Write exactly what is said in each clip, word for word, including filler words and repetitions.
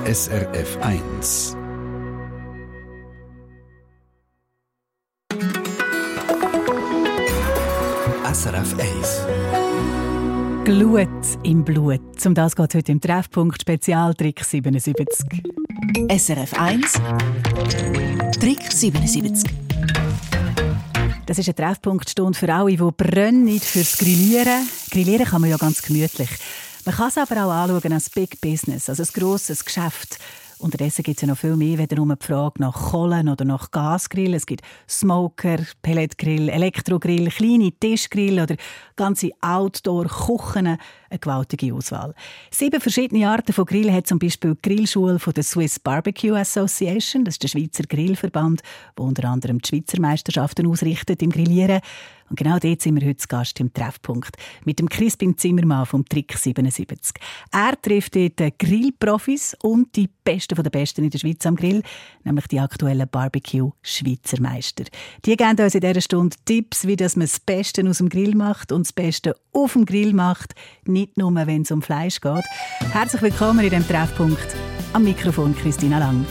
S R F eins. S R F eins. Glut im Blut. Um das geht es heute im Treffpunkt Spezial Trick siebenundsiebzig. S R F eins Trick siebenundsiebzig. Das ist eine Treffpunktstunde für alle, die brennen fürs Grillieren. Grillieren kann man ja ganz gemütlich. Man kann es aber auch anschauen als Big Business, also ein grosses Geschäft. Unterdessen gibt es ja noch viel mehr, weder nur die Frage nach Kohlen oder nach Gasgrill. Es gibt Smoker, Pelletgrill, Elektrogrill, kleine Tischgrill oder ganze Outdoor-Küchen. Eine gewaltige Auswahl. Sieben verschiedene Arten von Grill hat zum Beispiel die Grillschule von der Swiss Barbecue Association. Das ist der Schweizer Grillverband, der unter anderem die Schweizer Meisterschaften ausrichtet im Grillieren. Und genau dort sind wir heute zu Gast im Treffpunkt mit dem Crispin Zimmermann vom Trick siebenundsiebzig. Er trifft dort die Grillprofis und die Besten von den Besten in der Schweiz am Grill, nämlich die aktuellen Barbecue-Schweizer Meister. Die geben uns in dieser Stunde Tipps, wie das man das Beste aus dem Grill macht und das Beste auf dem Grill macht, nicht nur, wenn es um Fleisch geht. Herzlich willkommen in diesem Treffpunkt. Am Mikrofon Christina Lang.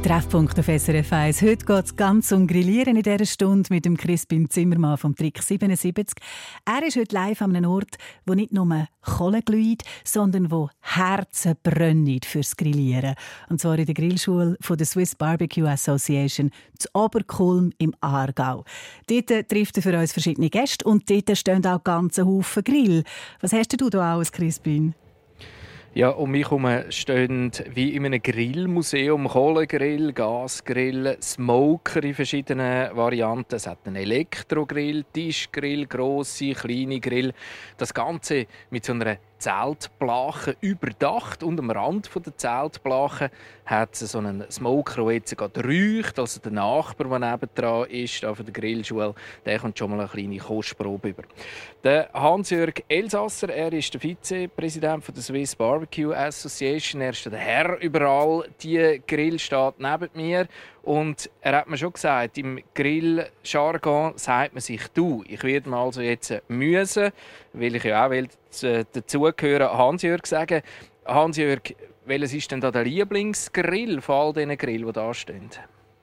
Treffpunkt auf S R F eins. Heute geht es ganz um Grillieren in dieser Stunde mit dem Crispin Zimmermann vom Trick siebenundsiebzig. Er ist heute live an einem Ort, wo nicht nur Kohle glüht, sondern wo Herzen brennen fürs Grillieren. Und zwar in der Grillschule von der Swiss Barbecue Association zu Oberkulm im Aargau. Dort trifft er für uns verschiedene Gäste und dort stehen auch ganze Haufen Grill. Was hast du da alles, Crispin? Ja, um mich herum stehen wie in einem Grillmuseum Kohlegrill, Gasgrill, Smoker in verschiedenen Varianten. Es hat einen Elektrogrill, Tischgrill, grosse, kleine Grill. Das Ganze mit so einer Zeltblache überdacht. Und am Rand der Zeltblache hat es so einen Smoker, der jetzt gerade räucht. Also der Nachbar, der nebendran ist, von der Grillschule, der kommt schon mal eine kleine Kostprobe über. Der Hans-Jörg Elsasser, er ist der Vizepräsident der Swiss Barbecue Association. Er ist der Herr überall. Die Grill steht neben mir. Und er hat mir schon gesagt, im Grilljargon sagt man sich «du». Ich werde mir also jetzt müssen, weil ich ja auch will, dazugehören, Hans-Jörg sagen. Hans-Jörg, welches ist denn da der Lieblingsgrill von all diesen Grillen, die da stehen?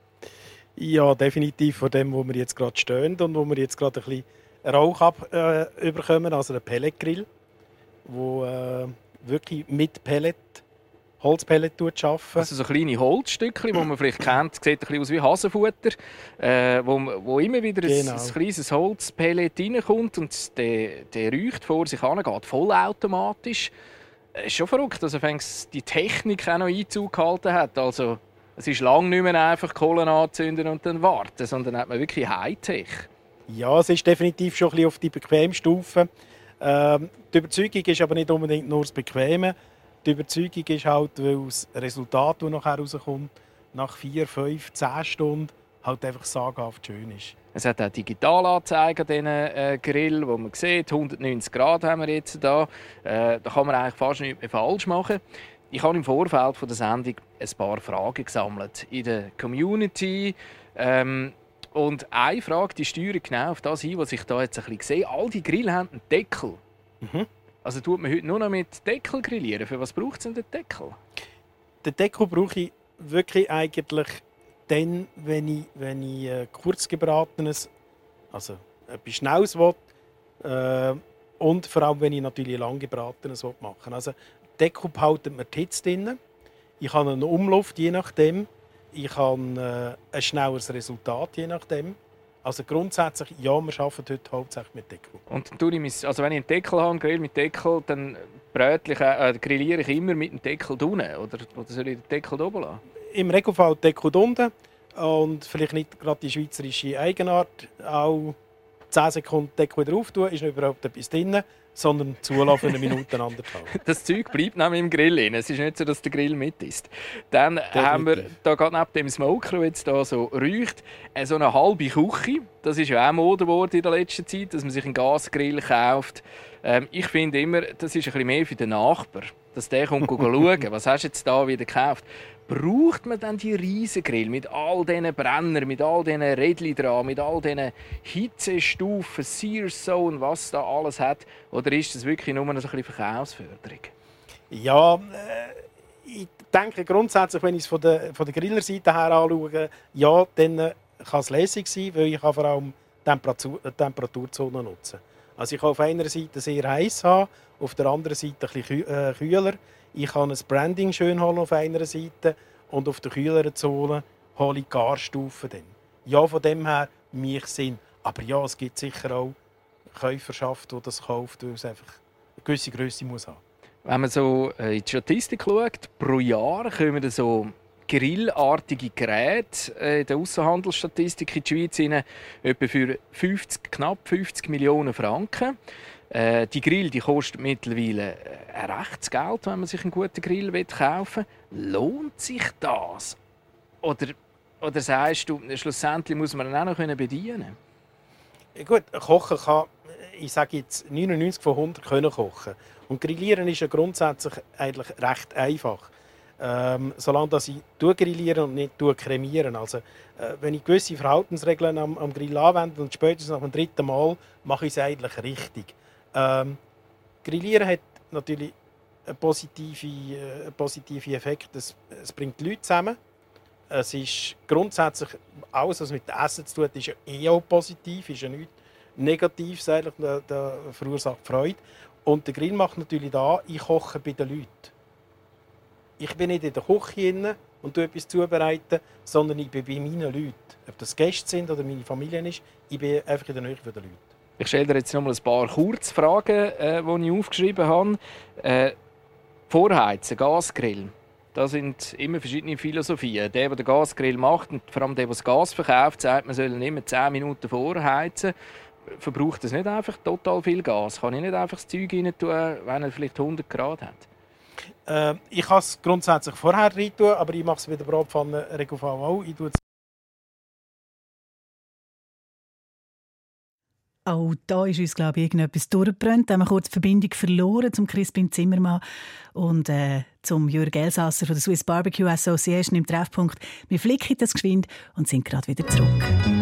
Ja, definitiv von dem, wo wir jetzt gerade stehen und wo wir jetzt gerade ein bisschen Rauch abbekommen, äh, also der Pelletgrill, wo äh, wirklich mit Pellet Holzpellet arbeiten. Also so kleine Holzstückchen, die man vielleicht kennt, sieht ein bisschen aus wie Hasenfutter, äh, wo, wo immer wieder genau. ein, ein kleines Holzpellet reinkommt und der, der räucht vor sich an, geht vollautomatisch. Es ist schon verrückt, dass also die Technik auch noch Einzug gehalten hat. Also, es ist lange nicht mehr einfach Kohlen anzünden und dann warten, sondern hat man wirklich Hightech. Ja, es ist definitiv schon ein bisschen auf die Bequemstufe. Ähm, die Überzeugung ist aber nicht unbedingt nur das Bequeme. Die Überzeugung ist halt, weil das Resultat, das nachher rauskommt, nach vier, fünf, zehn Stunden halt einfach sagenhaft schön ist. Es hat auch Digitalanzeigen an diesen äh, Grill, wo man sieht, hundertneunzig Grad haben wir jetzt hier. Äh, da kann man eigentlich fast nichts mehr falsch machen. Ich habe im Vorfeld von der Sendung ein paar Fragen gesammelt in der Community. Ähm, und eine Frage, die steuert genau auf das hin, was ich da jetzt ein bisschen sehe. All die Grill haben einen Deckel. Mhm. Also tut man heute nur noch mit Deckel grillieren. Für was braucht es denn den Deckel? Den Deckel brauche ich wirklich eigentlich dann, wenn ich, wenn ich äh, kurzgebratenes, also etwas Schnelles will, äh, und vor allem, wenn ich natürlich langgebratenes machen will. Also Deckel behalten mir die Hitze drin. Ich habe einen Umluft, je nachdem. Ich habe äh, ein schnelleres Resultat, je nachdem. Also grundsätzlich, ja, wir arbeiten heute hauptsächlich mit Deckel. Und also wenn ich einen Deckel habe, einen Grill mit Deckel, dann brätliche, äh, grilliere ich immer mit dem Deckel unten? Oder, oder soll ich den Deckel oben lassen? Im Regelfall den Deckel unten. Und vielleicht nicht gerade die schweizerische Eigenart. Auch zehn Sekunden Deckel wieder auftun, ist nicht überhaupt etwas drin, sondern zulassen für eine Minute, anderthalb. Das Zeug bleibt nämlich im Grill drin. Es ist nicht so, dass der Grill mit ist. Dann Definitiv. haben wir da gerade neben dem Smoker, der jetzt hier so räucht, so eine halbe Küche. Das ist ja auch Mode geworden in der letzten Zeit, dass man sich einen Gasgrill kauft. Ähm, ich finde immer, das ist ein bisschen mehr für den Nachbar, dass der kommt schauen, was hast du jetzt da wieder gekauft. Braucht man dann die riesen Grill mit all diesen Brennern, mit all diesen Rädchen dran, mit all diesen Hitzestufen, Sear Zone, was da alles hat? Oder ist das wirklich nur eine Verkaufsförderung? Ja, äh, ich denke grundsätzlich, wenn ich es von der, von der Grillerseite her anschaue, ja, dann kann es lässig sein, weil ich vor allem Temperatur, Temperaturzone nutzen kann. Also ich kann auf einer Seite sehr heiß haben, auf der anderen Seite ein bisschen äh, kühler. Ich kann ein Branding schön holen auf einer Seite und auf der kühleren Zone hole ich Garstufen. Dann. Ja, von dem her macht es Sinn. Aber ja, es gibt sicher auch Käuferschaft, die das kauft, weil es einfach eine gewisse Grösse muss haben. Wenn man so in die Statistik schaut, pro Jahr kommen so grillartige Geräte in der Aussenhandelsstatistik in die Schweiz rein, etwa für fünfzig, knapp fünfzig Millionen Franken. Äh, die Grill die kostet mittlerweile ein rechtes Geld, wenn man sich einen guten Grill kaufen will. Lohnt sich das? Oder, oder sagst du, schlussendlich muss man ihn auch noch bedienen? Gut, kochen kann, ich sage jetzt, neunundneunzig von hundert können kochen. Und Grillieren ist ja grundsätzlich eigentlich recht einfach. Ähm, solange dass ich grilliere und nicht kremieren. Also, äh, wenn ich gewisse Verhaltensregeln am, am Grill anwende und spätestens nach dem dritten Mal mache ich es eigentlich richtig. Ähm, Grillieren hat natürlich einen positiven, äh, einen positiven Effekt. Es, es bringt die Leute zusammen. Es ist grundsätzlich, alles, was mit dem Essen zu tun hat, ist ja eh auch positiv, ist ja nichts Negatives, eigentlich, der, der verursacht Freude. Und der Grill macht natürlich da, ich koche bei den Leuten. Ich bin nicht in der Küche drin und etwas zubereiten, sondern ich bin bei meinen Leuten. Ob das Gäste sind oder meine Familie ist, ich bin einfach in der Nähe der Leute. Ich stelle dir jetzt noch mal ein paar Kurzfragen, äh, die ich aufgeschrieben habe. Äh, Vorheizen, Gasgrill. Da sind immer verschiedene Philosophien. Der, der den Gasgrill macht und vor allem der, der das Gas verkauft, sagt, man soll immer zehn Minuten vorheizen. Verbraucht das nicht einfach total viel Gas? Kann ich nicht einfach das Zeug rein tun, wenn er vielleicht hundert Grad hat? Äh, ich kann es grundsätzlich vorher rein tun, aber ich mache es mit der Bratpfanne Regofal auch. Ich tue Auch da ist uns, glaube ich, irgendetwas durchgebrannt. Da haben wir kurz die Verbindung verloren zum Crispin Zimmermann und äh, zum Jürg Elsasser von der Swiss Barbecue Association im Treffpunkt. Wir flicken das geschwind und sind gerade wieder zurück.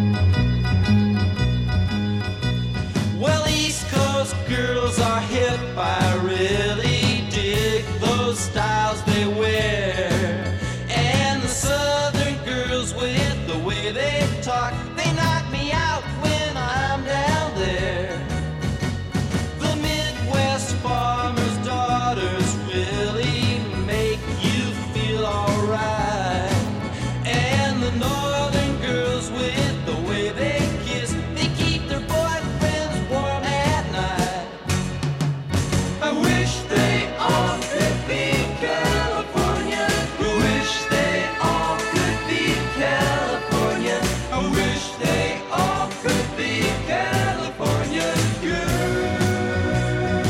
Well, East Coast girls are hip. I really dig those styles they wear. And the Southern girls with the way they talk, they knock me out when I'm down there. The Midwest farmers' daughters really make you feel alright. And the Northern girls with the way they kiss, they keep their boyfriends warm at night. I wish they all could be California. I wish they all could be California. I wish they all could be California girls.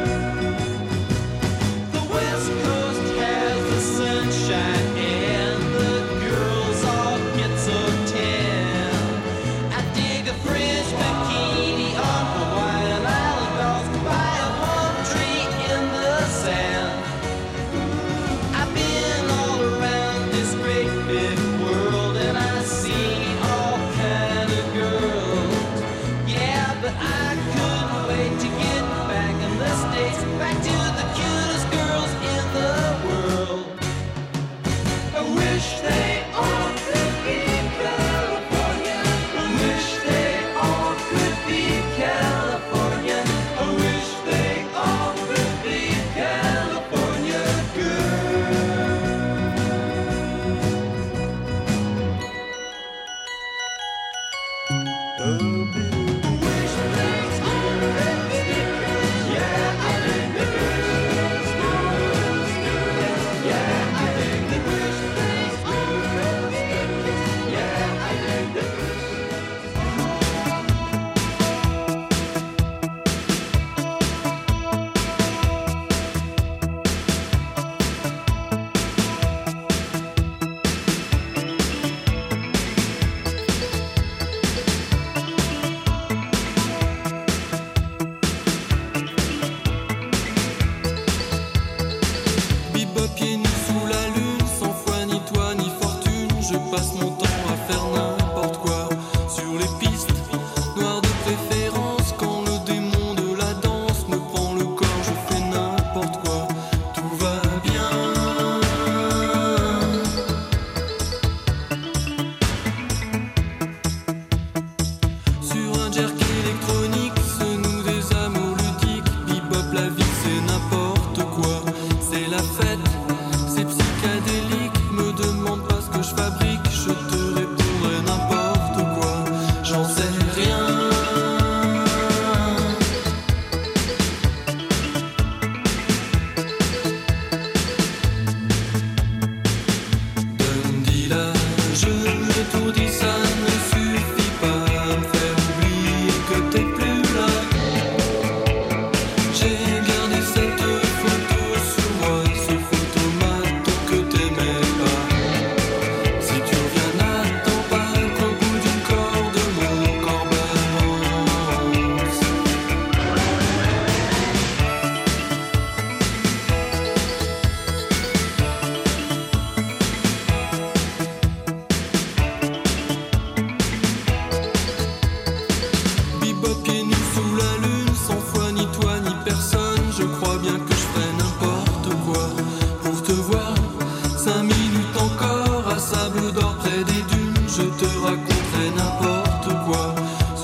The West Coast has the sunshine and the girls all get so tan. I dig a French bikini on Hawaiian Island by a palm tree in the sand. I've been all around this great big world and I've seen all kind of girls. Yeah, but I couldn't wait to get back in the States, back to the cutest girls in the world. I wish they all could be California. I wish they all could be California. I wish they all could be California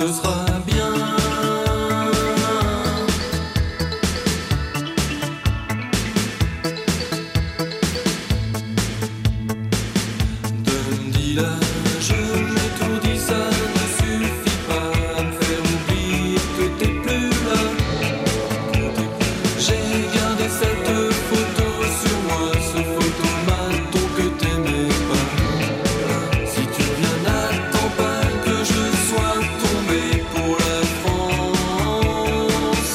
ce sera bien. Dundee-là, je m'étourdis, ça ne suffit pas à me faire oublier que t'es plus là. J'ai gardé cette photo sur moi, ce photomaton que t'aimais pas. Si tu reviens, n'attends pas que je sois tombé pour la France.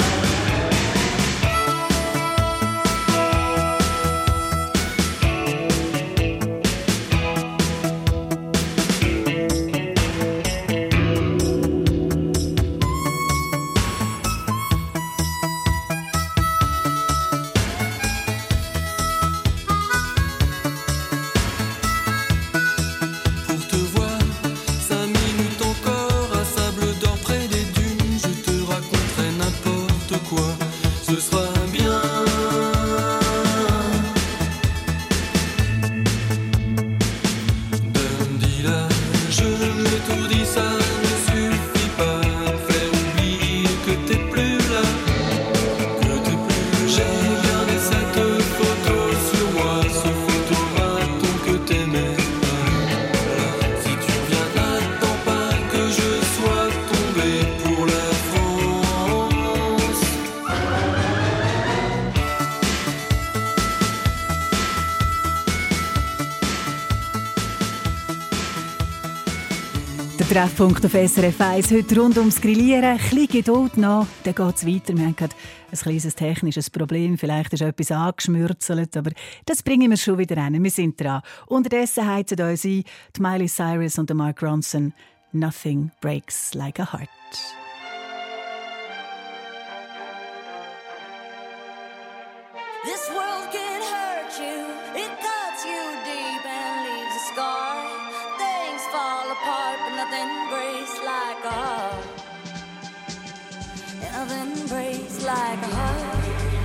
Pour te voir, cinq minutes encore à Sable d'Or près des dunes, je te raconterai n'importe quoi, ce sera bien. Dundee-là, je m'étourdis, ça ne suffit pas à me faire oublier que t'es plus là, que t'es plus. J'ai gardé cette photo sur moi, ce photomaton que t'aimais pas. Si tu reviens, n'attends pas que je sois tombé pour la France. Der Treffpunkt auf S R F eins heute rund ums Grillieren. Ein bisschen Geduld noch, dann geht es weiter. Wir haben gerade ein kleines technisches Problem. Vielleicht ist etwas angeschmürzelt, aber das bringen wir schon wieder hin. Wir sind dran. Unterdessen heizen uns ein die Miley Cyrus und der Mark Ronson. Nothing breaks like a heart. This world can hurt you, it cuts you deep and leaves a scar. Things fall apart, but nothing breaks like a heart. And nothing breaks like a heart.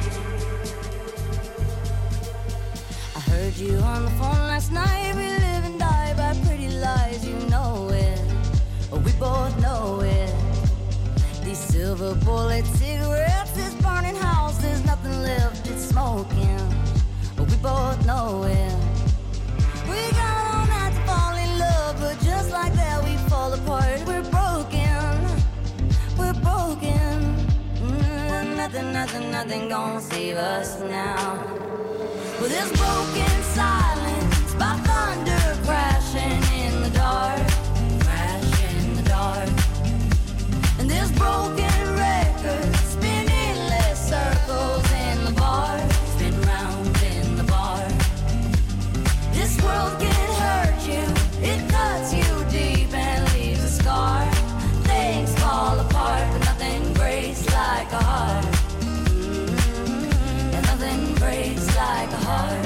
I heard you on the phone last night. We live and die by pretty lies, you know it. Oh, we both know it. These silver bullet cigarettes, this burning house, there's nothing left, it's smoking. But we both know it. We got all night to fall in love, but just like that we fall apart. We're broken, we're broken. Mm, nothing, nothing, nothing gonna save us now. Well, this broken silence by thunder crashing in the dark, crash in the dark. And this broken record spinning less circles in the bar, spin round in the bar. This world can hurt you, it cuts you deep and leaves a scar. Things fall apart, but nothing breaks like a heart. Mm-hmm. And nothing breaks like a heart.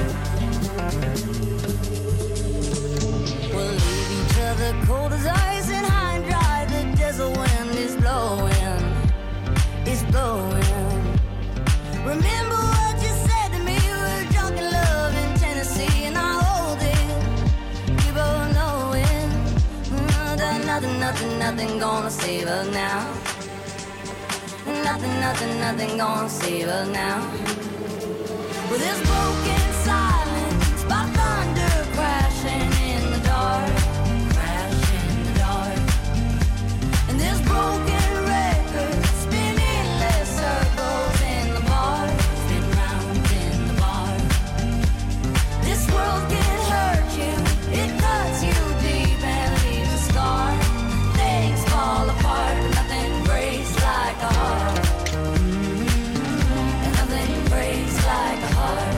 We'll leave each other cold as ice and high and dry. The desert wind is blowing, it's blowing. Remember what you said to me? We were drunk in love in Tennessee, and I hold it. You both know it. Mm, that nothing, nothing, nothing gonna save us now. Nothing, nothing, nothing gonna save us now. With this broken silence by thunder crashing in the dark, crash in the dark. And this broken record spinning less circles in the bar, spin round in the bar. This world can hurt you, it cuts you deep and leaves a scar. Things fall apart, but nothing breaks like a heart. Mm-hmm. And nothing breaks like a heart.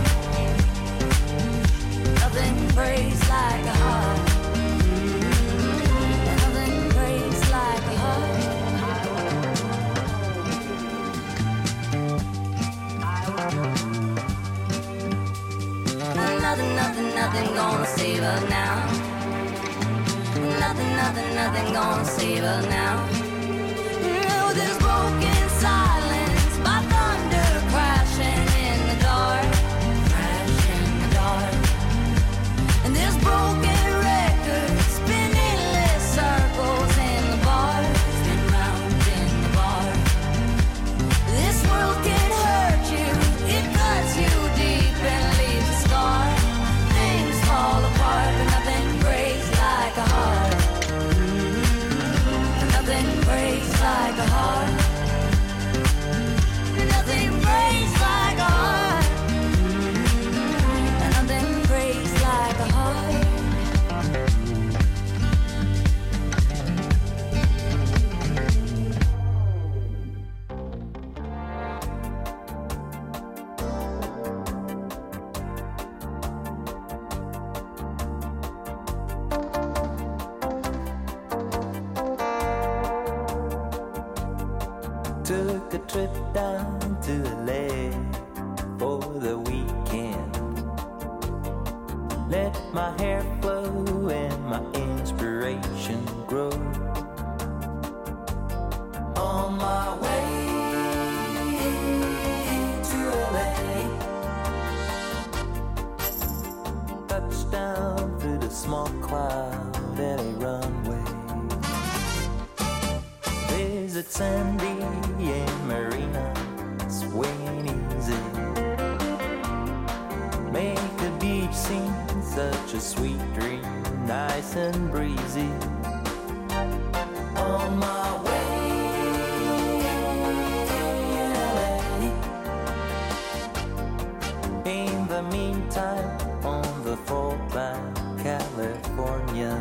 Nothing breaks like a heart. Mm-hmm. And nothing breaks like a heart. And nothing, nothing, nothing gonna save us now. Nothing, nothing, nothing gonna save us now. No, this broken silence by thunder crashing in the dark, crash in the dark. And this broken record spinning less circles in the bar, breaks like a heart. Nothing breaks like a heart. Nothing breaks like a heart. Took a trip down to L A for the weekend. Let my hair flow and my inspiration grow. On my way to L A, touchdown through the small cloud at a runway. Visit Sandy and Marina, swinging easy. Make a beach scene such a sweet dream, nice and breezy. On my way in L A. In the meantime, on the fault line, California.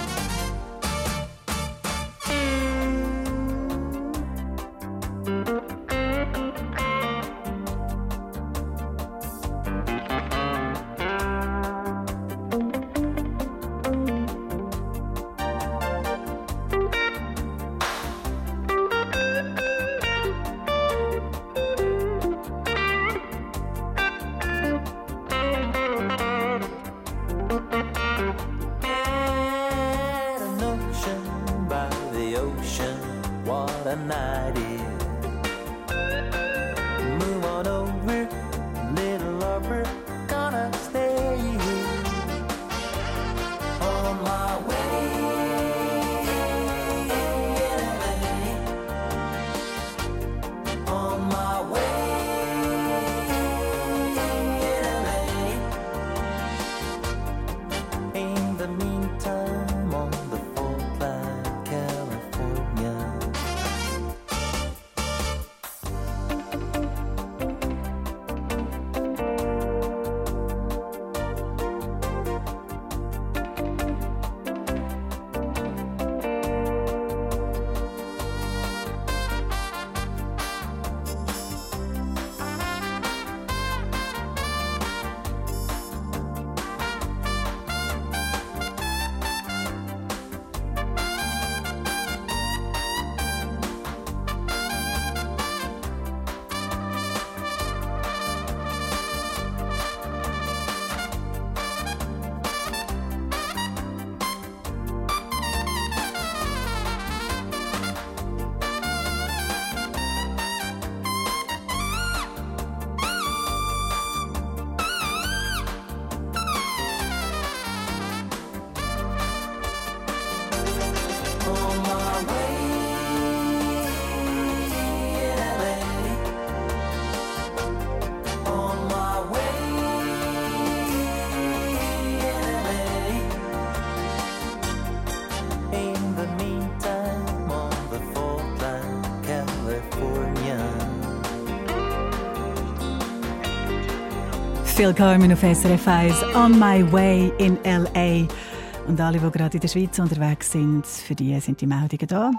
Phil Carmen auf S R F eins, On My Way in L A. Und alle, die gerade in der Schweiz unterwegs sind, für die sind die Meldungen da.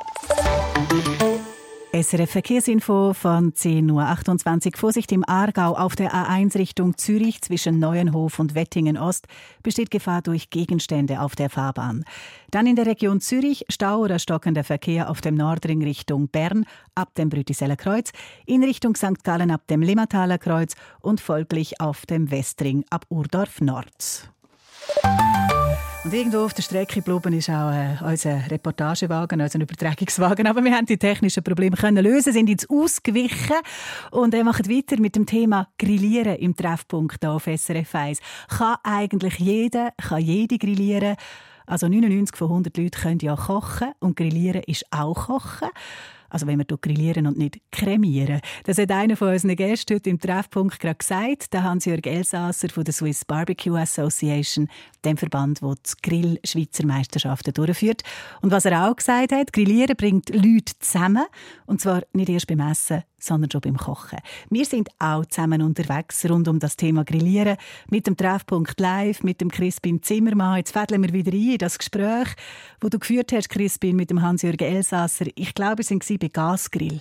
S R F Verkehrsinfo von zehn Uhr achtundzwanzig. Vorsicht im Aargau auf der A eins Richtung Zürich zwischen Neuenhof und Wettingen Ost besteht Gefahr durch Gegenstände auf der Fahrbahn. Dann in der Region Zürich Stau oder stockender Verkehr auf dem Nordring Richtung Bern ab dem Brütiseller Kreuz, in Richtung Sankt Gallen ab dem Limmataler Kreuz und folglich auf dem Westring ab Urdorf Nord. Und irgendwo auf der Strecke geblieben ist auch äh, unser Reportagewagen, unser Übertragungswagen. Aber wir haben die technischen Probleme können lösen, sind jetzt ausgewichen und äh, machen weiter mit dem Thema Grillieren im Treffpunkt hier auf S R F eins. Kann eigentlich jeder, kann jede grillieren? Also neunundneunzig von hundert Leuten können ja kochen und Grillieren ist auch Kochen. Also wenn wir hier grillieren und nicht cremieren. Das hat einer von unseren Gästen heute im Treffpunkt gerade gesagt, der Hans-Jörg Elsasser von der Swiss Barbecue Association, dem Verband, der die Grill-Schweizer Meisterschaften durchführt. Und was er auch gesagt hat, Grillieren bringt Leute zusammen. Und zwar nicht erst beim Essen, sondern schon beim Kochen. Wir sind auch zusammen unterwegs rund um das Thema Grillieren. Mit dem Treffpunkt Live, mit dem Crispin Zimmermann. Jetzt fädeln wir wieder ein in das Gespräch, das du geführt hast, Crispin, mit dem Hans-Jörg Elsasser. Ich glaube, wir waren bei Gasgrill.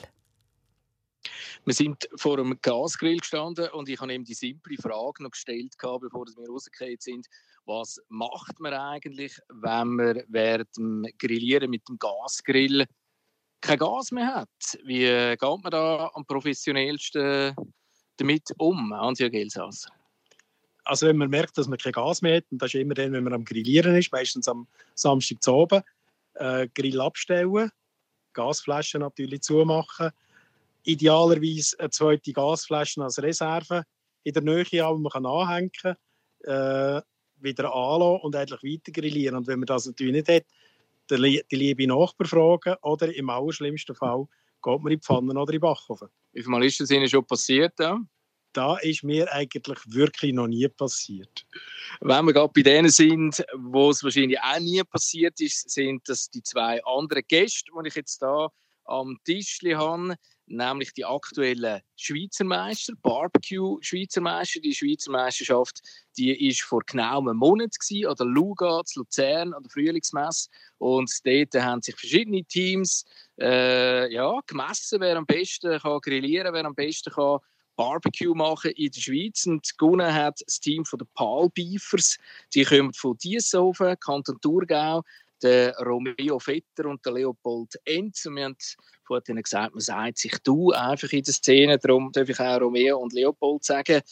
Wir sind vor einem Gasgrill gestanden und ich habe ihm die simple Frage noch gestellt, bevor wir rausgekommen sind. Was macht man eigentlich, wenn man während dem Grillieren mit dem Gasgrill kein Gas mehr hat? Wie geht man da am professionellsten damit um, Hans-Jörg Elsasser? Also wenn man merkt, dass man kein Gas mehr hat, und das ist immer dann, wenn man am Grillieren ist, meistens am Samstag zu oben, äh, Grill abstellen, Gasflaschen natürlich zumachen, idealerweise eine zweite Gasflasche als Reserve in der Nähe haben, man kann anhängen, äh, wieder anlassen und eigentlich weiter grillieren. Und wenn man das natürlich nicht hat, die liebe Nachbarn fragen oder im allerschlimmsten Fall geht man in die Pfanne oder in den Backofen. Wie viel Mal ist das Ihnen schon passiert? Ja? Da ist mir eigentlich wirklich noch nie passiert. Wenn wir gerade bei denen sind, wo es wahrscheinlich auch nie passiert ist, sind das die zwei anderen Gäste, die ich jetzt hier am Tisch habe, nämlich die aktuellen Schweizer Meister, Barbecue-Schweizer Meister. Die Schweizer Meisterschaft die ist vor genau einem Monat gewesen, an der Luga, in Luzern, an der Frühlingsmesse. Und dort haben sich verschiedene Teams äh, ja, gemessen, wer am besten kann grillieren, wer am besten kann Barbecue machen in der Schweiz. Und gewonnen hat das Team von den Palbeefers. Die kommen von Dieshofen, Kanton Thurgau, der Romeo Vetter und der Leopold Enz. Und wir haben vorhin ihnen gesagt, man sagt sich du einfach in der Szene. Darum darf ich auch Romeo und Leopold sagen.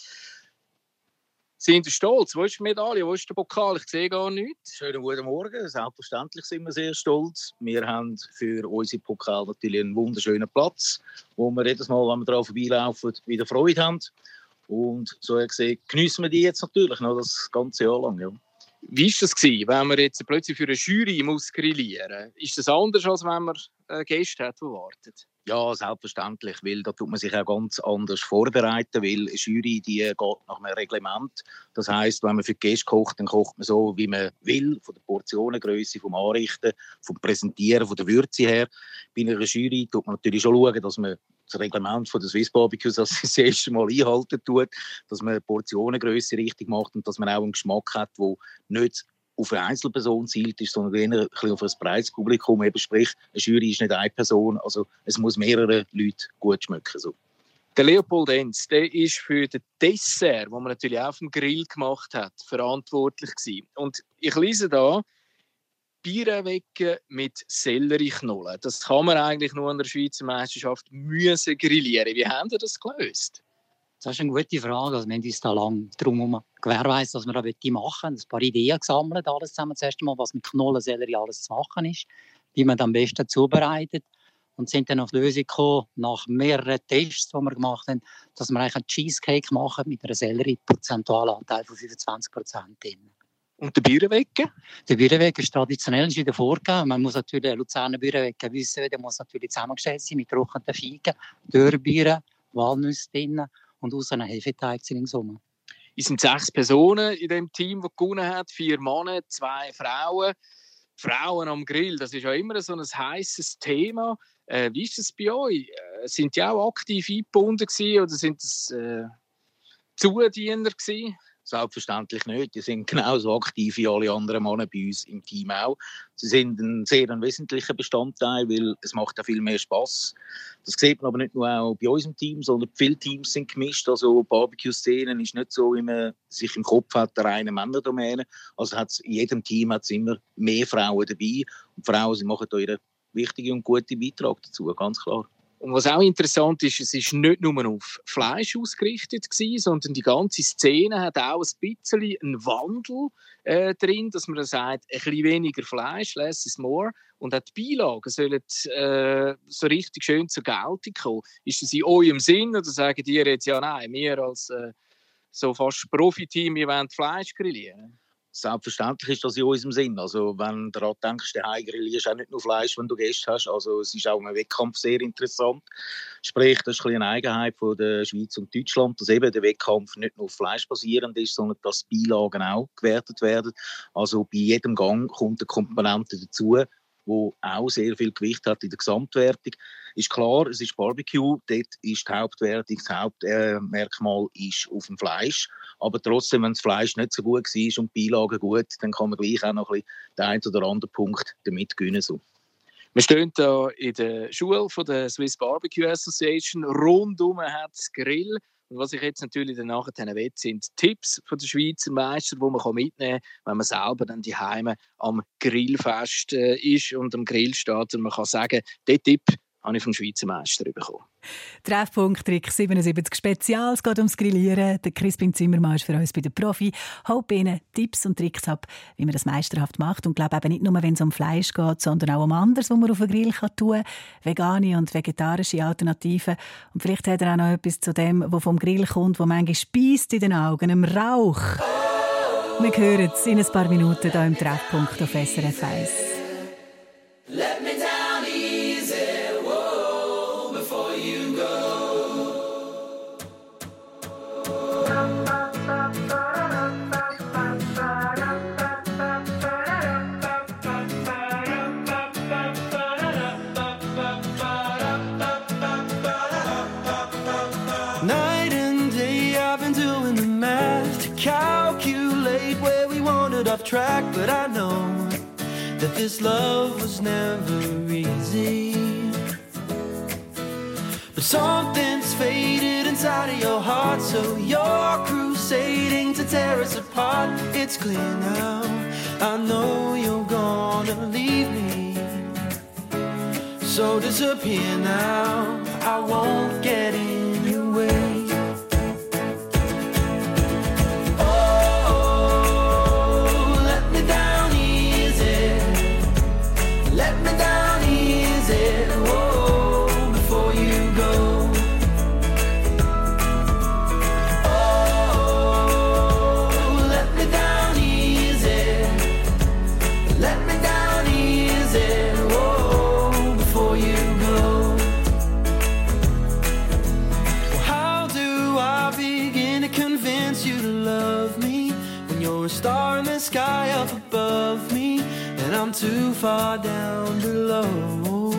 Sind Sie stolz? Wo ist die Medaille? Wo ist der Pokal? Ich sehe gar nichts. Schönen guten Morgen. Selbstverständlich sind wir sehr stolz. Wir haben für unseren Pokal natürlich einen wunderschönen Platz, wo wir jedes Mal, wenn wir daran vorbeilaufen, wieder Freude haben. Und so gesehen geniessen wir die jetzt natürlich noch das ganze Jahr lang. Ja. Wie war das, wenn man jetzt plötzlich für eine Jury muss grillieren muss? Ist das anders, als wenn man Gäste hat, die warten? Ja, selbstverständlich, weil da tut man sich auch ganz anders vorbereiten, weil eine Jury die geht nach einem Reglement. Das heisst, wenn man für die Gäste kocht, dann kocht man so, wie man will, von der Portionengröße, vom Anrichten, vom Präsentieren, von der Würze her. Bei einer Jury tut man natürlich schon schauen, dass man das Reglement von der Swiss Barbecue das erste Mal einhalten tut, dass man die Portionengröße richtig macht und dass man auch einen Geschmack hat, der nicht auf eine Einzelperson zielt ist, sondern eher ein bisschen auf ein breites Publikum. Eben, sprich, eine Jury ist nicht eine Person, also es muss mehrere Leute gut schmecken. So. Der Leopold Enz, der ist für das Dessert, das man natürlich auch auf dem Grill gemacht hat, verantwortlich gewesen. Und ich lese da, Bierenwecken mit Sellerieknollen. Das kann man eigentlich nur an der Schweizer Meisterschaft müssen grillieren. Wie haben Sie das gelöst? Das ist eine gute Frage. Also wir haben uns da lange darum gewährleistet, was wir da machen wollen. Ein paar Ideen gesammelt, alles zusammen. Das erste Mal, was mit Knollensellerie alles zu machen ist, wie man das am besten zubereitet. Und sind dann auf die Lösung gekommen, nach mehreren Tests, die wir gemacht haben, dass wir eigentlich einen Cheesecake machen mit einer Sellerie-Prozentualanteil von fünfundzwanzig Prozent drin. Und der Bierenwecken? Der Bierenwecken ist traditionell ist wieder vorgegeben. Man muss natürlich den Luzerner Bierenwecken wissen, der muss natürlich zusammengestellt sein mit trockenen Feigen, Dörrbieren, Walnüsse drin und aus einem Hefeteig ringsum. Es sind sechs Personen in dem Team, das gewonnen hat. Vier Männer, zwei Frauen. Frauen am Grill, das ist ja immer so ein heisses Thema. Äh, wie ist das bei euch? Äh, sind die auch aktiv eingebunden gewesen, oder sind das äh, Zudiener gewesen? Selbstverständlich nicht. Die sind genauso aktiv wie alle anderen Männer bei uns im Team auch. Sie sind ein sehr ein wesentlicher Bestandteil, weil es macht auch viel mehr Spass. Das sieht man aber nicht nur auch bei unserem Team, sondern viele Teams sind gemischt. Also Barbecue-Szenen ist nicht so, wie man sich im Kopf hat, der reine Männerdomäne. Also hat's, in jedem Team hat es immer mehr Frauen dabei. Und Frauen sie machen da ihren wichtigen und guten Beitrag dazu, ganz klar. Und was auch interessant ist, es war nicht nur auf Fleisch ausgerichtet gewesen, sondern die ganze Szene hat auch ein bisschen einen Wandel äh, drin, dass man sagt, ein bisschen weniger Fleisch, less is more. Und auch die Beilagen sollen äh, so richtig schön zur Geltung kommen. Ist das in eurem Sinn oder sagen ihr jetzt, ja nein, wir als äh, so fast Profiteam, wir wollen Fleisch grillieren? Selbstverständlich ist das in unserem Sinn. Also, wenn du daran denkst, daheim grillierst du auch nicht nur Fleisch, wenn du Gäste hast. Also, es ist auch im Wettkampf sehr interessant. Sprich, das ist ein bisschen eine Eigenheit von der Schweiz und Deutschland, dass eben der Wettkampf nicht nur auf Fleisch basierend ist, sondern dass die Beilagen auch gewertet werden. Also, bei jedem Gang kommt eine Komponente dazu, die auch sehr viel Gewicht hat in der Gesamtwertung. Ist klar, es ist Barbecue, dort ist die Hauptwertung, das Hauptmerkmal ist auf dem Fleisch. Aber trotzdem, wenn das Fleisch nicht so gut war und die Beilagen gut, dann kann man gleich auch noch ein bisschen den einen oder anderen Punkt damit gewinnen. So. Wir stehen hier in der Schule von der Swiss Barbecue Association. Rundum hat es Grill. Und was ich jetzt natürlich danach will, sind Tipps von den Schweizer Meistern, die man mitnehmen kann, wenn man selber dann die Heime am Grillfest äh, ist und am Grill steht. Und man kann sagen, diesen Tipp habe ich vom Schweizer Meister bekommen. Treffpunkt Trick siebenundsiebzig Spezial. Es geht ums Grillieren. Der Crispin Zimmermann ist für uns bei der Profi. Haut Ihnen Tipps und Tricks ab, wie man das meisterhaft macht. Und ich glaube eben nicht nur, wenn es um Fleisch geht, sondern auch um anderes, was man auf den Grill tun kann. Vegane und vegetarische Alternativen. Und vielleicht hat er auch noch etwas zu dem, was vom Grill kommt, wo manchmal speist in den Augen, im Rauch. Wir hören es in ein paar Minuten hier im Treffpunkt auf S R F eins. Let me down easy, whoa, before you go. Night and day I've been doing the math to calculate where we wandered off track, but I know that this love was never easy. But something's faded inside of your heart, so you're crusading to tear us apart. It's clear now, I know you're gonna leave me. So disappear now, I won't get in your way. Sky up above me and I'm too far down below.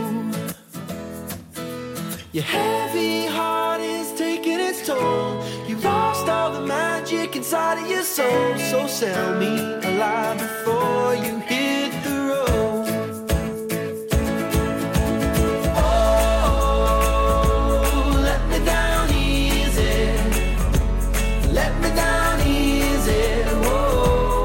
Your heavy heart is taking its toll. You lost all the magic inside of your soul. So sell me alive before you hit the road. Oh, let me down easy. Let me down easy. Whoa.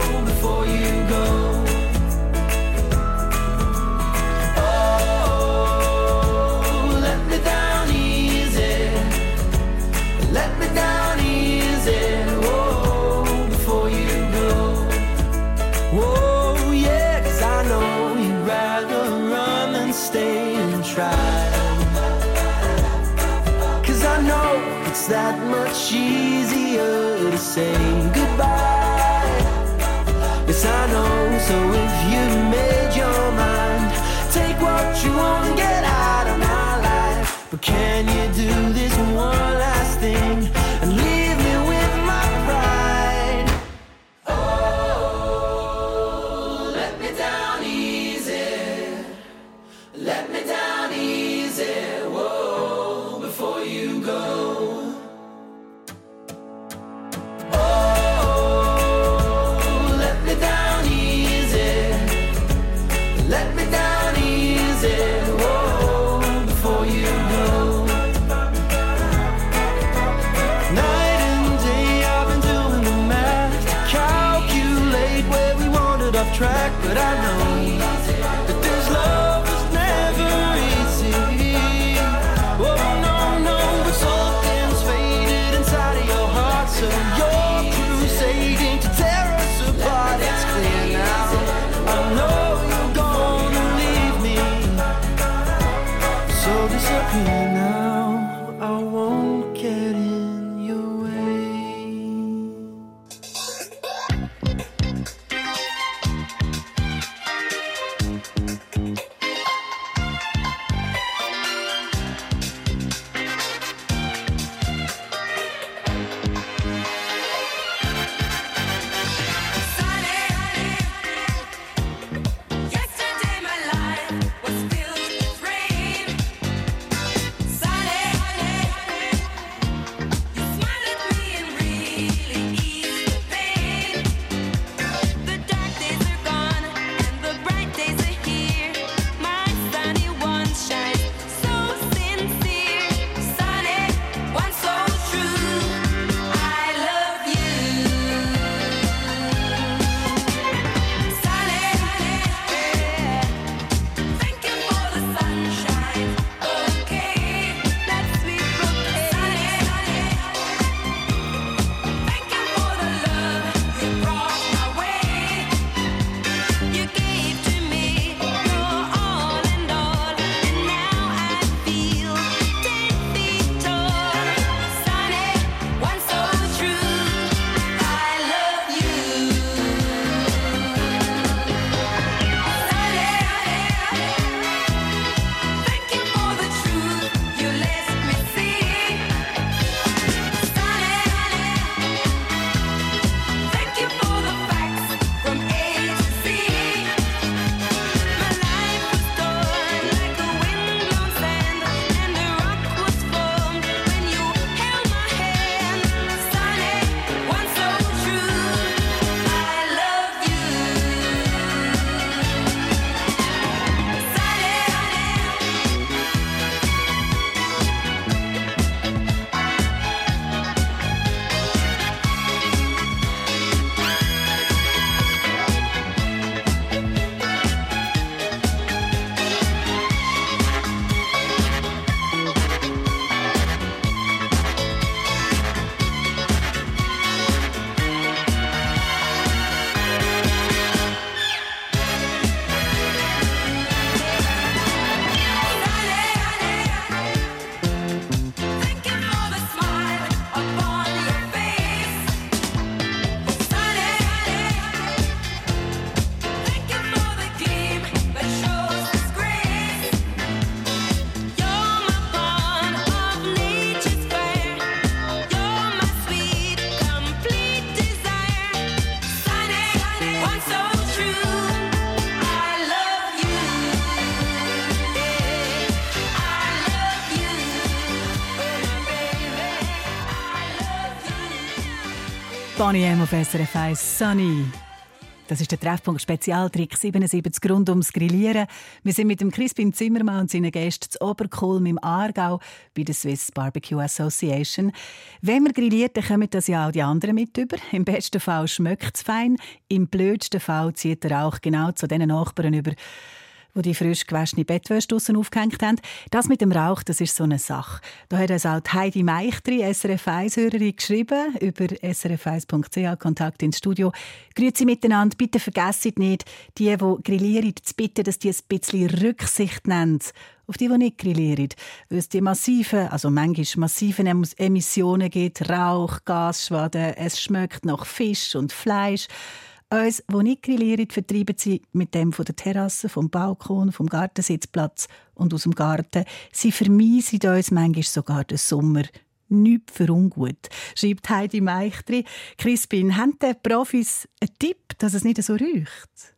It's that much easier to say goodbye. Yes, I know. So if you made your mind, take what you want and get out of my life. But can you do this one last thing and leave me with my pride? Oh, let me down easy. Let me down easy. Whoa, before you go. Track, but I know that this love was never easy. Oh no, no, but something's faded inside of your heart, so you're crusading to tear us apart. It's clear now, I know you're gonna leave me. So disappear now, I won't get in your way. Bonnie M auf S R F eins Sunny. Das ist der Treffpunkt Spezialtrick siebenundsiebzig rund ums Grillieren. Wir sind mit dem Crispin Zimmermann und seinen Gästen zu Oberkulm im Aargau bei der Swiss Barbecue Association. Wenn man grilliert, dann kommen das ja auch die anderen mit über. Im besten Fall schmeckt es fein, im blödsten Fall zieht der Rauch genau zu den Nachbarn über, wo die frisch gewaschene Bettwäsche draussen aufgehängt haben. Das mit dem Rauch, das ist so eine Sache. Da hat uns auch die Heidi Meichtri, S R F eins-Hörerin, geschrieben, über s r f eins punkt c h, Kontakt ins Studio. Grüezi miteinander, bitte vergesst nicht, die, die grillieren, zu bitten, dass die ein bisschen Rücksicht nehmen auf die, die nicht grillieren. Weil es die massiven, also manchmal massiven Emissionen gibt, Rauch, Gasschwaden, es schmeckt nach Fisch und Fleisch. Uns, die nicht grillieren, vertreiben sie mit dem von der Terrasse, vom Balkon, vom Gartensitzplatz und aus dem Garten. Sie vermeisen uns manchmal sogar den Sommer. Nichts für ungut, schreibt Heidi Meichtri. Crispin, haben die Profis einen Tipp, dass es nicht so riecht?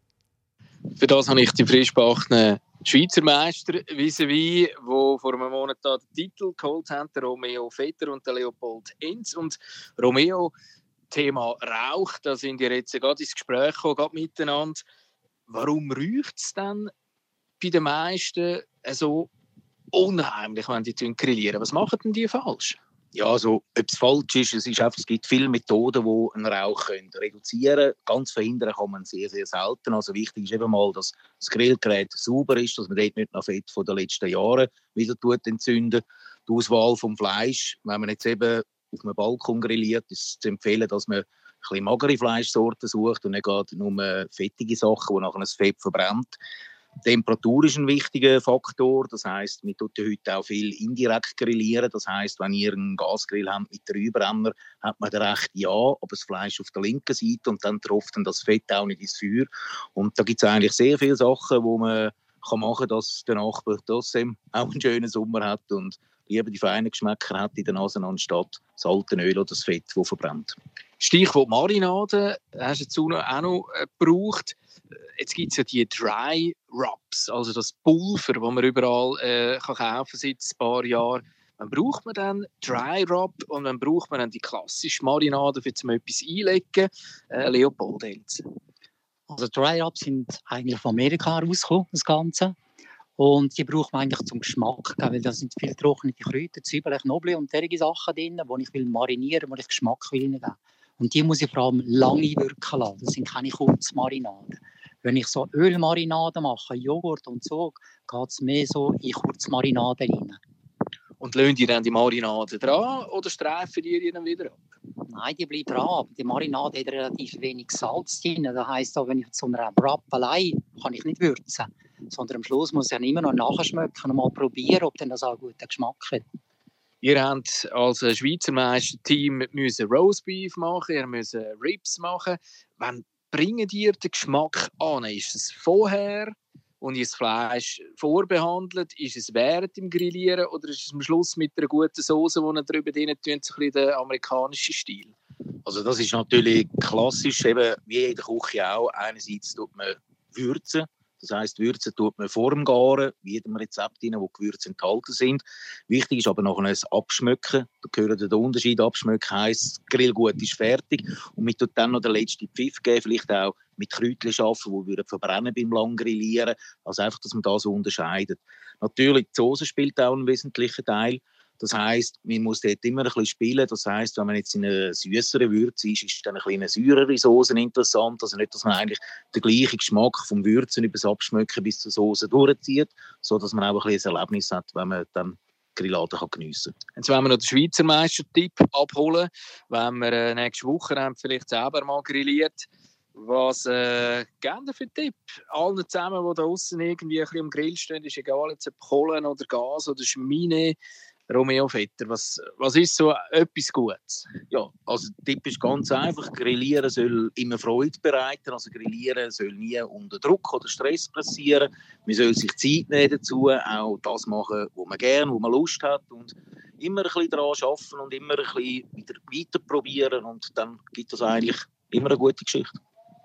Für das habe ich die frisch gebackenen Schweizer Meister vis-à-vis, die vor einem Monat den Titel geholt haben, der Romeo Vetter und der Leopold Enz. Und Romeo, Thema Rauch, da sind ihr jetzt gerade ins Gespräch gekommen, gerade miteinander. Warum riecht es denn bei den meisten so unheimlich, wenn die grillieren? Was machen denn die falsch? Ja, also, ob es falsch ist, es, ist einfach, es gibt viele Methoden, die einen Rauch können reduzieren können. Ganz verhindern kann man sehr, sehr selten. Also wichtig ist eben mal, dass das Grillgerät sauber ist, dass man dort nicht noch Fett von den letzten Jahren wieder entzünden. Die Auswahl vom Fleisch, wenn man jetzt eben auf einem Balkon grilliert, ist zu empfehlen, dass man ein bisschen magere Fleischsorten sucht und nicht gerade nur fettige Sachen, die nachher das Fett verbrennt. Die Temperatur ist ein wichtiger Faktor. Das heisst, man tut ja heute auch viel indirekt grillieren. Das heisst, wenn ihr einen Gasgrill habt mit Treibrenner, hat man den rechten Ja, aber das Fleisch auf der linken Seite und dann tropft dann das Fett auch nicht ins Feuer. Und da gibt es eigentlich sehr viele Sachen, die man kann machen kann, dass der Nachbar trotzdem auch einen schönen Sommer hat und lieber die feinen Geschmäcker hat in der Nase anstatt das alte Öl oder das Fett, das verbrennt. Stichwort Marinade, hast du jetzt auch noch äh, gebraucht. Jetzt gibt es ja die Dry Rubs, also das Pulver, das man überall äh, kann kaufen seit ein paar Jahren. Wann braucht man dann Dry Rub und wann braucht man dann die klassische Marinade, für zum etwas einlegen? Äh, Leopold Enz. Also Dry Rubs sind eigentlich von Amerika rausgekommen, das Ganze. Und die braucht man eigentlich zum Geschmack, weil da sind viele trockene Kräuter, Zwiebeln, Knoblauch und solche Sachen drin, die ich will marinieren, wo ich Geschmack will hineingeben. Und die muss ich vor allem lange wirken lassen. Das sind keine Kurzmarinaden. Wenn ich so Ölmarinaden mache, Joghurt und so, geht es mehr so in Kurzmarinaden rein. Und lassen die dann die Marinade dran oder streifen die die dann wieder ab? Nein, die bleibt dran. Aber die Marinade hat relativ wenig Salz drin. Das heisst, wenn ich so einen Wrap allein kann ich nicht würzen. Sondern am Schluss muss ich dann immer noch nachschmecken und mal probieren, ob dann das auch einen guten Geschmack hat. Ihr habt als Schweizer Meisterteam müssen Roastbeef machen, ihr müsst Ribs machen. Wann bringen ihr den Geschmack an? Ist es vorher, und ihr das Fleisch vorbehandelt? Ist es während dem Grillieren oder ist es am Schluss mit einer guten Soße, die ihr drüber rein tut, so ein bisschen der amerikanische Stil? Also das ist natürlich klassisch, eben wie in der Küche auch. Einerseits tut man würzen. Das heisst, Würzen tut man vor dem Garen, wie jedem Rezept rein, wo Gewürze enthalten sind. Wichtig ist aber noch ein Abschmecken. Da gehört der Unterschied. Abschmecken heisst, das Grillgut ist fertig und man tut dann noch den letzten Pfiff geben, vielleicht auch mit Kräutchen arbeiten, die verbrennen beim langen Grillieren. Also einfach, dass man das so unterscheidet. Natürlich, die Soße spielt auch einen wesentlichen Teil. Das heisst, man muss dort immer ein bisschen spielen. Das heisst, wenn man jetzt in einer süsseren Würze ist, ist dann ein bisschen eine säurere Soße interessant. Also nicht, dass man eigentlich den gleichen Geschmack vom Würzen über das Abschmecken bis zur Soße durchzieht, sodass man auch ein bisschen ein Erlebnis hat, wenn man dann Grillade geniessen kann. Jetzt wollen wir noch den Schweizer Meistertipp abholen. Wenn wir äh, nächste Woche haben, vielleicht selber mal grilliert. Was äh, geben für Tipp? Allen zusammen, die da draussen irgendwie ein bisschen am Grill stehen, ist egal, jetzt ob Kohlen oder Gas oder Schmine. Romeo Vetter, was, was ist so etwas Gutes? Ja, also der Tipp ist ganz einfach. Grillieren soll immer Freude bereiten. Also Grillieren soll nie unter Druck oder Stress passieren. Man soll sich Zeit nehmen dazu, auch das machen, was man gerne, wo man Lust hat. Und immer ein bisschen daran arbeiten und immer ein bisschen wieder weiter probieren. Und dann gibt es eigentlich immer eine gute Geschichte.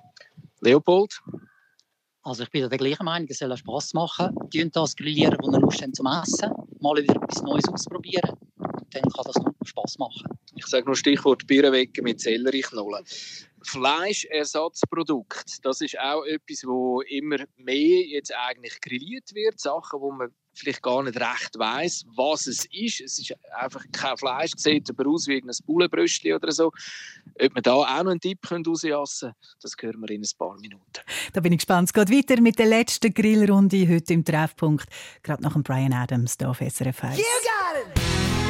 Leopold? Also ich bin der gleichen Meinung, es soll Spass machen. Tun das grillieren, wo ihr Lust habt zum Essen. Mal wieder etwas Neues ausprobieren. Dann kann das noch Spass machen. Ich sage nur Stichwort Birrenwecken mit Sellerieknollen. Fleischersatzprodukte, das ist auch etwas, wo immer mehr jetzt eigentlich grilliert wird. Sachen, wo man vielleicht gar nicht recht weiss, was es ist. Es ist einfach kein Fleisch, sieht aber aus wie ein Bullenbröstchen oder so. Ob wir da auch noch einen Tipp rausjassen können, das hören wir in ein paar Minuten. Da bin ich gespannt. Es geht weiter mit der letzten Grillrunde heute im Treffpunkt. Gerade nach dem Bryan Adams hier auf S R F eins. You got it!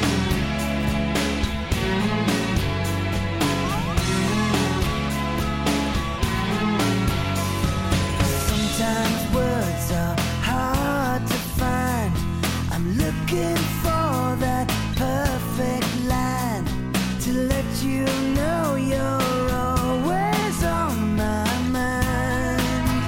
Sometimes words are hard to find. I'm looking for that perfect line to let you know you're always on my mind.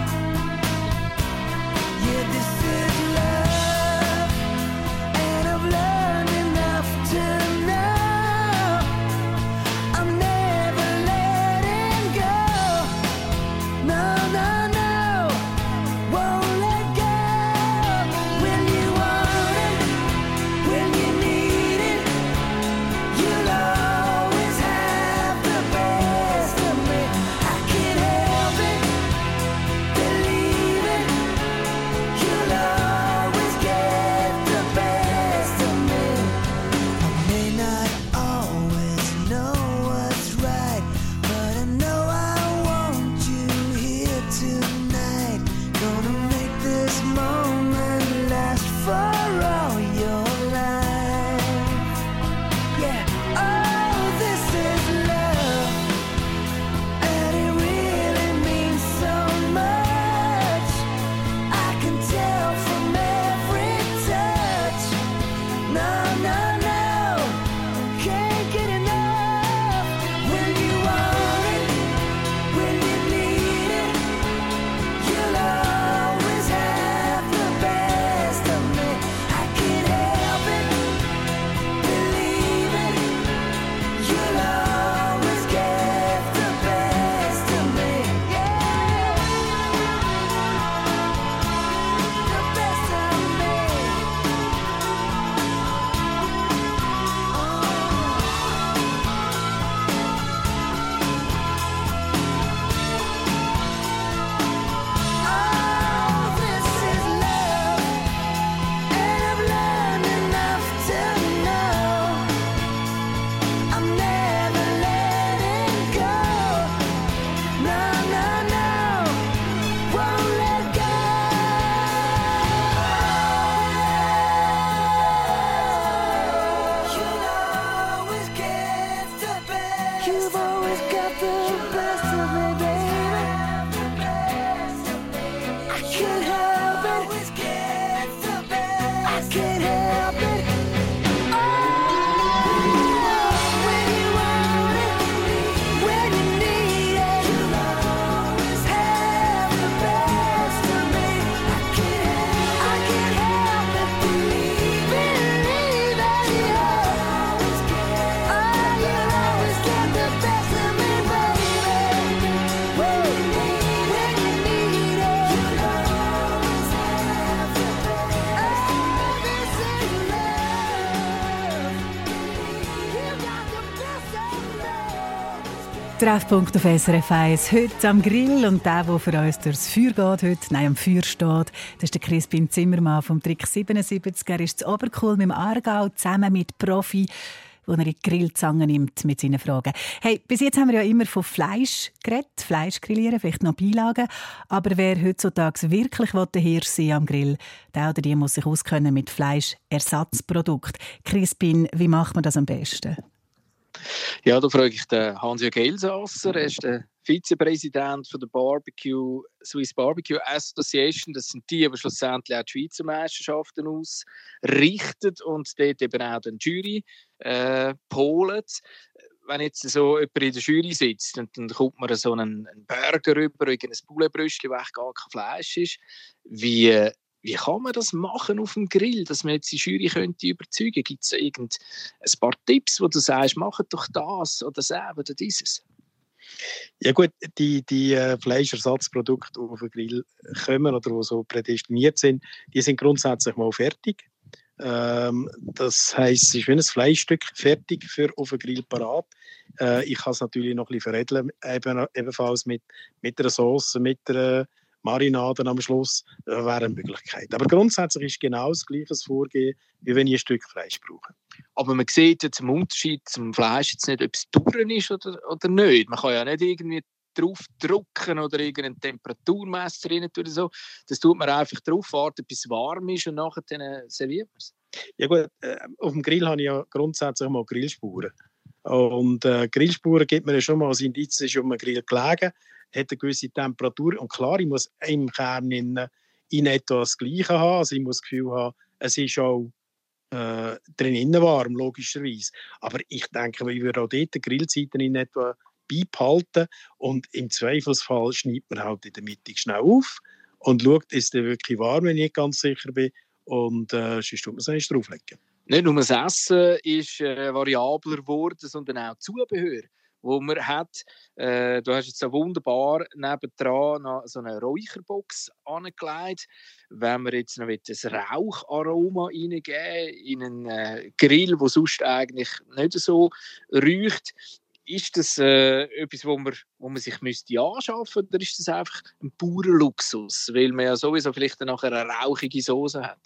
Yeah, this is love, and I've learned enough to know I'm never letting go. No, no, no. Won't let go. When you want it, when you need it, you'll always have the best of me. I can't help it, believe it, you'll always get the best of me. I may not always know what's right, but I know I want you here tonight. Gonna make this moment last for all your life. Yeah, oh, this is love, and it really means so much. I can tell from every touch. No, no, no, can't get enough. When you want it, when you need it, you'll always have the best of me. I can't help it, believe it, you'll always get the best of me. Yeah, the best of me. Oh, this is love, and I've learned enough to know I'm never letting go. No, no, no, won't let go. You'll always get the best. You've always got the best of me, baby. I can't help it. Always get the best. I can't help it. Oh, when you want it, when you need it, you'll always have the best of me. I can't, I can't help it. Believe it, believe it. You'll always get, oh, you'll always get the best of me, baby. When you need, when you need it, you'll always have the best. Oh, this is love. You got the best of me. Treffpunkt auf S R F eins. Heute am Grill. Und der, der für uns durchs Feuer geht, heute, nein, am Feuer steht, das ist der Crispin Zimmermann vom Trick siebenundsiebzig. Er ist zu Oberkuhl mit dem Aargau zusammen mit Profi, wo er in die Grillzange nimmt mit seinen Fragen. Hey, bis jetzt haben wir ja immer von Fleisch geredet, Fleisch grillieren, vielleicht noch Beilagen. Aber wer heutzutage wirklich der Hirsch sein am Grill, der oder die muss sich auskennen mit Fleischersatzprodukten. Crispin, wie macht man das am besten? Ja, da frage ich den Hans-Jörg Elsasser. Er ist der Vizepräsident von der Barbecue, Swiss Barbecue Association. Das sind die, die schlussendlich auch die Schweizer Meisterschaften ausrichten und dort eben auch die Jury äh, polen. Wenn jetzt so jemand in der Jury sitzt und dann kommt man so einen, einen Burger rüber, ein Bullenbröstchen, wo echt gar kein Fleisch ist. Wie, wie kann man das machen auf dem Grill, dass man jetzt die Jury könnte überzeugen? Gibt es irgend ein paar Tipps, wo du sagst, macht doch das oder das oder dieses? Ja gut, die, die äh, Fleischersatzprodukte, die auf den Grill kommen oder die so prädestiniert sind, die sind grundsätzlich mal fertig. Ähm, das heisst, es ist wie ein Fleischstück fertig für auf den Grill parat. Äh, ich kann es natürlich noch ein bisschen veredeln, eben, ebenfalls mit, mit einer Sauce, mit einer Marinade am Schluss. Das wäre eine Möglichkeit. Aber grundsätzlich ist genau das gleiche Vorgehen, wie wenn ich ein Stück Fleisch brauche. Aber man sieht jetzt im Unterschied zum Fleisch jetzt nicht, ob es durch ist oder, oder nicht. Man kann ja nicht irgendwie drauf drücken oder irgendein Temperaturmesser rein oder so. Das tut man einfach drauf, warten, bis es warm ist und nachher dann serviert man es. Ja gut, äh, auf dem Grill habe ich ja grundsätzlich mal Grillspuren. Und äh, Grillspuren gibt mir ja schon mal als Indiz, ist um den Grill gelegen, hat eine gewisse Temperatur. Und klar, ich muss im Kern in, in etwa das Gleiche haben. Also ich muss das Gefühl haben, es ist auch äh, drinnen warm, logischerweise. Aber ich denke, ich würde auch dort die Grillzeiten in etwa beibehalten. Und im Zweifelsfall schneidet man halt in der Mitte schnell auf und schaut, ist es wirklich warm, wenn ich nicht ganz sicher bin. Und äh, sonst tut man es nicht drauflegen. Nicht nur das Essen ist äh, variabler geworden, sondern auch Zubehör, wo man hat. Äh, du hast jetzt so wunderbar nebendran so eine Räucherbox angelegt. Wenn wir jetzt noch ein Raucharoma reingeben in einen äh, Grill, der sonst eigentlich nicht so riecht, ist das äh, etwas, wo man, wo man sich müsste anschaffen müsste, oder ist das einfach ein purer Luxus, weil man ja sowieso vielleicht dann nachher eine rauchige Soße hat?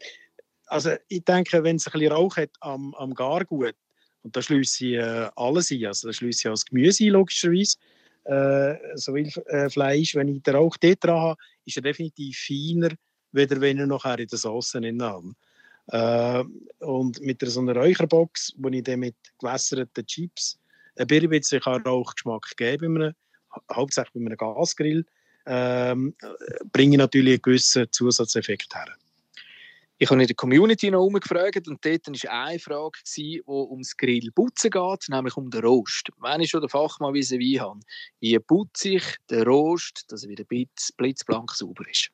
Also ich denke, wenn es ein bisschen Rauch hat am, am Gargut, und da schließe ich äh, alles ein, also da schließe ich auch das Gemüse ein, logischerweise, äh, so viel äh, Fleisch, wenn ich den Rauch dort dran habe, ist er definitiv feiner, weder wenn er nachher in der Sauce drin habe. Äh, und mit so einer Räucherbox, wo ich dann mit gewässerten Chips ein bisschen Rauchgeschmack geben, hauptsächlich bei einem Gasgrill, ähm, bringe ich natürlich einen gewissen Zusatzeffekt her. Ich habe in der Community noch umgefragt und dort war eine Frage, die ums Grillputzen geht, nämlich um den Rost. Wenn ich schon den Fachmann vis-à-vis habe, wie putze ich den Rost, dass er wieder blitzblank sauber ist?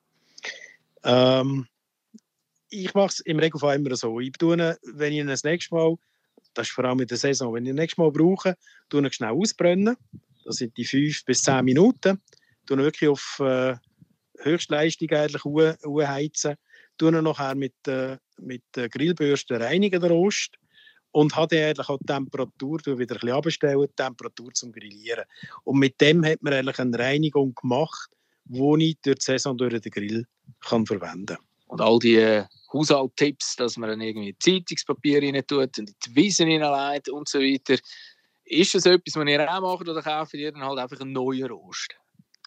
Ähm, ich mache es im Regelfall immer so. Ich tue, wenn ich ihn das nächste Mal, das ist vor allem in der Saison, wenn ich das nächste Mal brauche, tue ich ihn schnell ausbrennen. Das sind die fünf bis zehn Minuten. Tue ihn wirklich auf äh, Höchstleistung eigentlich heizen. Tue ihn nachher mit, äh, mit der Grillbürste reinigen, den Rost. Und habe eigentlich auch die Temperatur, wieder ein bisschen abstellen, die Temperatur zum Grillieren. Und mit dem hat man eigentlich eine Reinigung gemacht, die ich durch die Saison durch den Grill kann verwenden kann. Und all die äh, Haushalttipps, dass man dann irgendwie Zeitungspapier rein tut und in die Wiesen hineinlegt und so weiter. Ist das etwas, was ihr auch macht, oder kauft ihr dann halt einfach einen neuen Rost?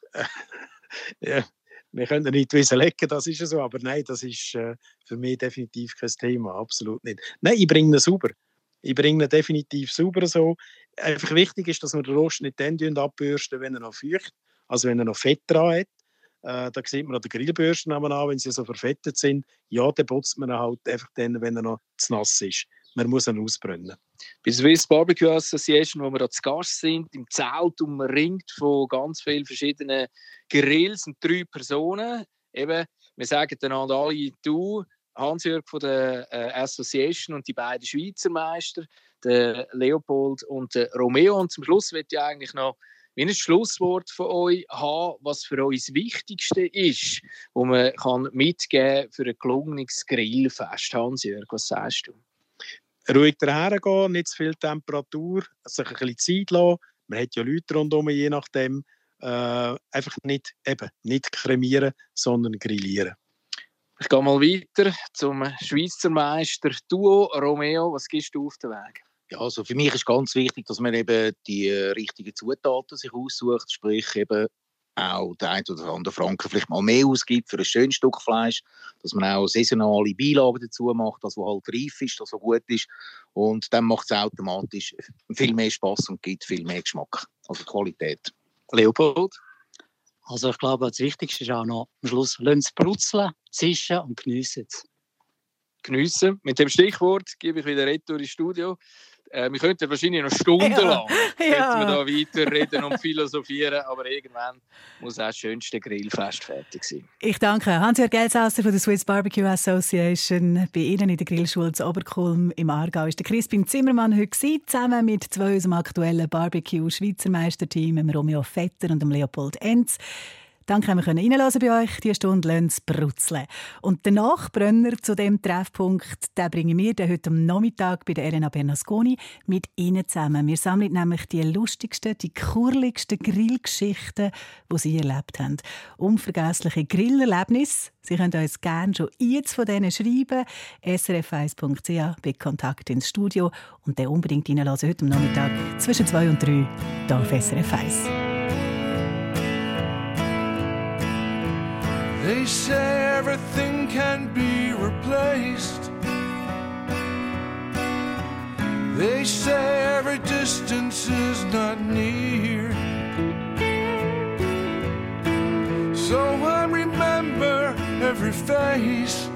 Ja. Wir können nicht Wissen legen, das ist ja so, aber nein, das ist äh, für mich definitiv kein Thema, absolut nicht. Nein, ich bringe ihn sauber. Ich bringe ihn definitiv sauber so. Einfach wichtig ist, dass wir den Rost nicht dann abbürsten, wenn er noch feucht, also wenn er noch Fett dran hat. Äh, da sieht man an den Grillbürsten an, wenn sie so verfettet sind. Ja, dann putzt man ihn halt einfach dann, wenn er noch zu nass ist. Man muss ihn ausbrennen. Bei der Swiss Barbecue Association, wo wir da zu Gast sind, im Zelt umringt von ganz vielen verschiedenen Grills und drei Personen. Eben, wir sagen einander alle «Du», Hans-Jörg von der äh, Association und die beiden Schweizer Meister, der Leopold und der Romeo. Und zum Schluss möchte ich eigentlich noch wie ein Schlusswort von euch haben, was für euch das Wichtigste ist, was man kann mitgeben für ein gelungenes Grillfest. Hans-Jörg, was sagst du? Ruhig dahergehen, nicht zu viel Temperatur, sich ein bisschen Zeit lassen. Man hat ja Leute rundherum, je nachdem. Äh, einfach nicht, eben, nicht kremieren, sondern grillieren. Ich gehe mal weiter zum Schweizer Meister Duo. Romeo, was gibst du auf den Weg? Ja, also für mich ist ganz wichtig, dass man eben die richtigen Zutaten sich aussucht, sprich eben auch der ein oder andere Franken vielleicht mal mehr ausgibt für ein schönes Stück Fleisch, dass man auch saisonale Beilagen dazu macht, das, was halt reif ist, das, was gut ist. Und dann macht es automatisch viel mehr Spass und gibt viel mehr Geschmack, also Qualität. Leopold? Also ich glaube, das Wichtigste ist auch noch am Schluss, lassen Sie es brutzeln, zischen und geniessen es. Geniessen. Mit dem Stichwort gebe ich wieder retour ins Studio. Äh, wir könnten wahrscheinlich noch stundenlang ja. Ja. wir da weiter reden und philosophieren, aber irgendwann muss auch das schönste Grillfest fertig sein. Ich danke Hans-Jörg Gelsausser von der Swiss Barbecue Association. Bei Ihnen in der Grillschule zu Oberkulm im Aargau war der Crispin Zimmermann heute gewesen, zusammen mit zwei aus dem aktuellen Barbecue-Schweizer Meisterteam, Romeo Vetter und dem Leopold Enz. Danke, dass wir reinhören bei euch. Diese Stunde lassen es brutzeln. Und der Nachbrenner zu diesem Treffpunkt, den bringen wir heute am Nachmittag bei der Elena Bernasconi mit Ihnen zusammen. Wir sammeln nämlich die lustigsten, die kurligsten Grillgeschichten, die Sie erlebt haben. Unvergessliche Grillerlebnisse. Sie können uns gerne schon jetzt von denen schreiben. s r f eins punkt c h bei Kontakt ins Studio. Und dann unbedingt reinhören heute am Nachmittag zwischen zwei und drei hier auf S R F eins. They say everything can be replaced. They say every distance is not near. So I remember every face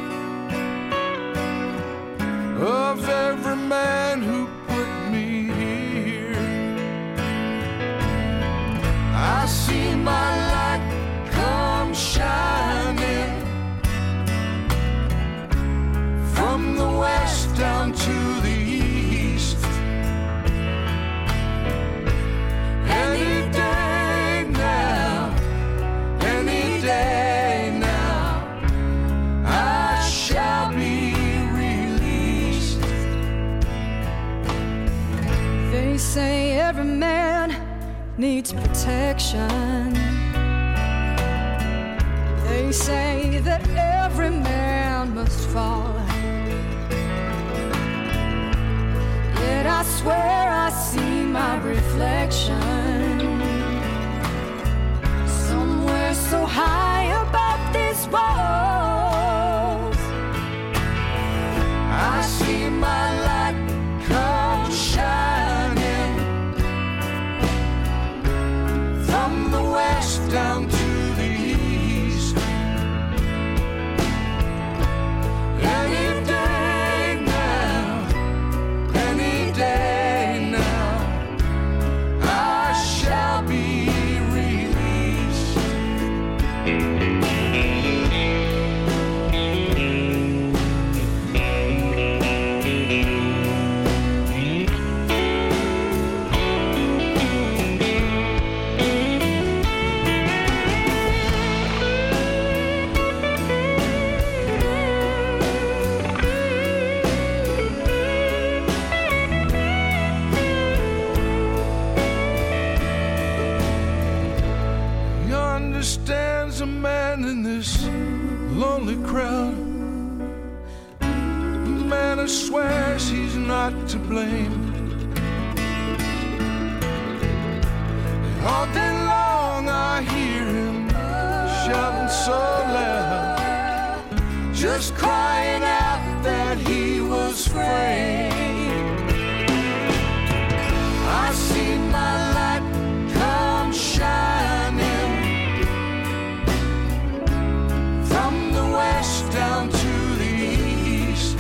of every man who put me here. I see my light come shining from the west down to the east. Any day now, any day now, I shall be released. They say every man needs protection. They say that every man must fall. Yet I swear I see my reflection somewhere so high above these walls. I see my light come shining from the west down to stands a man in this lonely crowd. A man who swears he's not to blame. And all day long I hear him shouting so loud, just crying out that he was framed. I see my light come shining from the west down to the east.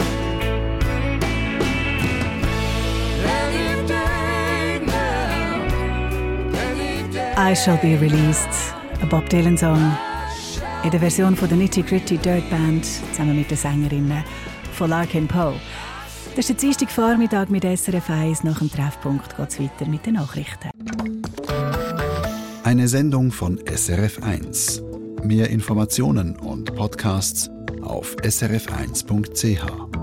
Any day now, any day. I Shall Be Released, ein Bob Dylan-Song. In der Version von der Nitty Gritty Dirt Band, zusammen mit den Sängerinnen von Larkin Poe. Das ist der Dienstagvormittag mit S R F eins. Nach dem Treffpunkt geht es weiter mit den Nachrichten. Eine Sendung von S R F eins. Mehr Informationen und Podcasts auf s r f eins punkt c h.